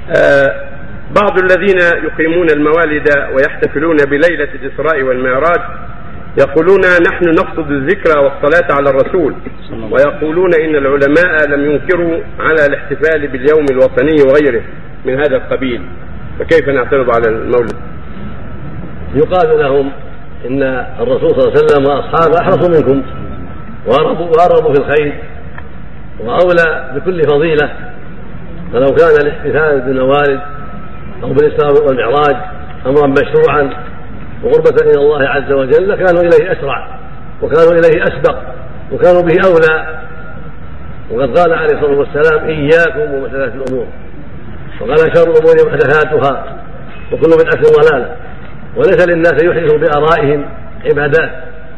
بعض الذين يقيمون الموالد ويحتفلون بليلة الإسراء والمعراج يقولون نحن نقصد الذكر والصلاة على الرسول، ويقولون إن العلماء لم ينكروا على الاحتفال باليوم الوطني وغيره من هذا القبيل، فكيف نعترض على المولد؟ يقال لهم إن الرسول صلى الله عليه وسلم وأصحابه أحرصوا منكم وأرغبوا في الخير وأولى بكل فضيلة، فلو كان الاحتفال بالموالد أو بالإسراء والمعراج أمرا مشروعا وقربة إلى الله عز وجل كانوا إليه أسرع وكانوا إليه أسبق وكانوا به أولى. وقد قال عليه الصلاة والسلام إياكم ومحدثات الأمور، وقال شر الأمور محدثاتها وكل بدعة ضلالة، وليس للناس يحدثوا بآرائهم عبادات.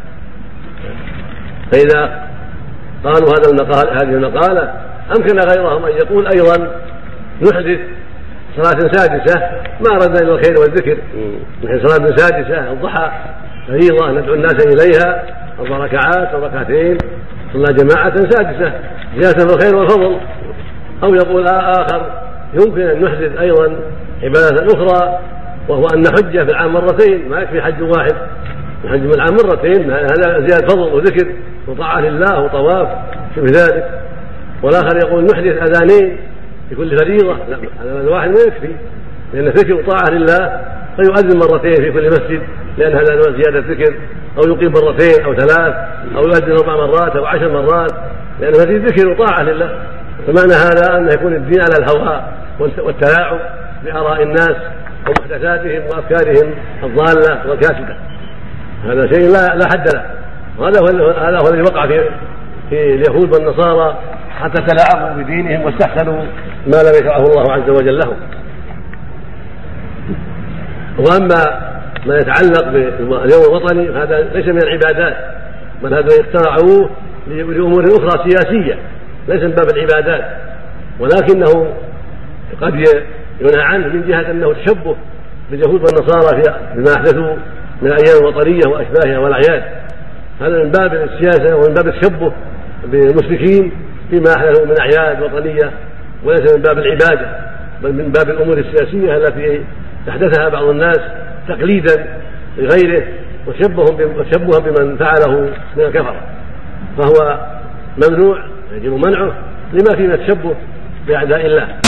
فإذا قالوا هذه المقالة أمكن غيرهم أن يقول أيضا نحدث صلاة سادسة ما أردنا إلا الخير والذكر، نحن صلاة سادسة الضحى فريضة ندعو الناس إليها 4 ركعات أو ركعتين صلاة جماعة سادسة زيادة في الخير والفضل. أو يقول آخر يمكن أن نحدث أيضا عبادة أخرى، وهو أن نحج في العام مرتين، ما يكفي حج واحد، نحج من العام مرتين، هذا زيادة فضل وذكر وطاعة لله وطواف في ذلك. والآخر يقول نحدث أذانين في كل فريضة، لا هذا الواحد ما يكفي، لأن ذكر وطاعة لله فيؤذن مرتين في كل مسجد لأن هذا نوع زيادة ذكر، أو يقيم مرتين أو 3 أو يؤذن 4 مرات أو 10 مرات لأن هذه ذكر وطاعة لله. فمعنى هذا أن يكون الدين على الهوى والتلاعب بآراء الناس ومحدثاتهم وأفكارهم الضالة والكاسدة، هذا شيء لا حد له. هذا هو الذي وقع في اليهود والنصارى حتى تلاعبوا بدينهم واستحسنوا ما لم يشرعه الله عز وجل لهم. وأما ما يتعلق باليوم الوطني هذا ليس من العبادات، بل هذا يخترعوه لأمور أخرى سياسية ليس من باب العبادات، ولكنه قد ينهى عنه من جهة أنه تشبه باليهود والنصارى بما أحدثوا من الأيام الوطنية وأشباهها والأعياد. هذا من باب السياسة ومن باب التشبه بالمشركين بما أحدثوا من أعياد وطنية، وليس من باب العبادة بل من باب الأمور السياسية التي أحدثها بعض الناس تقليدا لغيره وتشبها بمن فعله من الكفرة، فهو ممنوع يجب منعه لما فيه من التشبه بأعداء الله.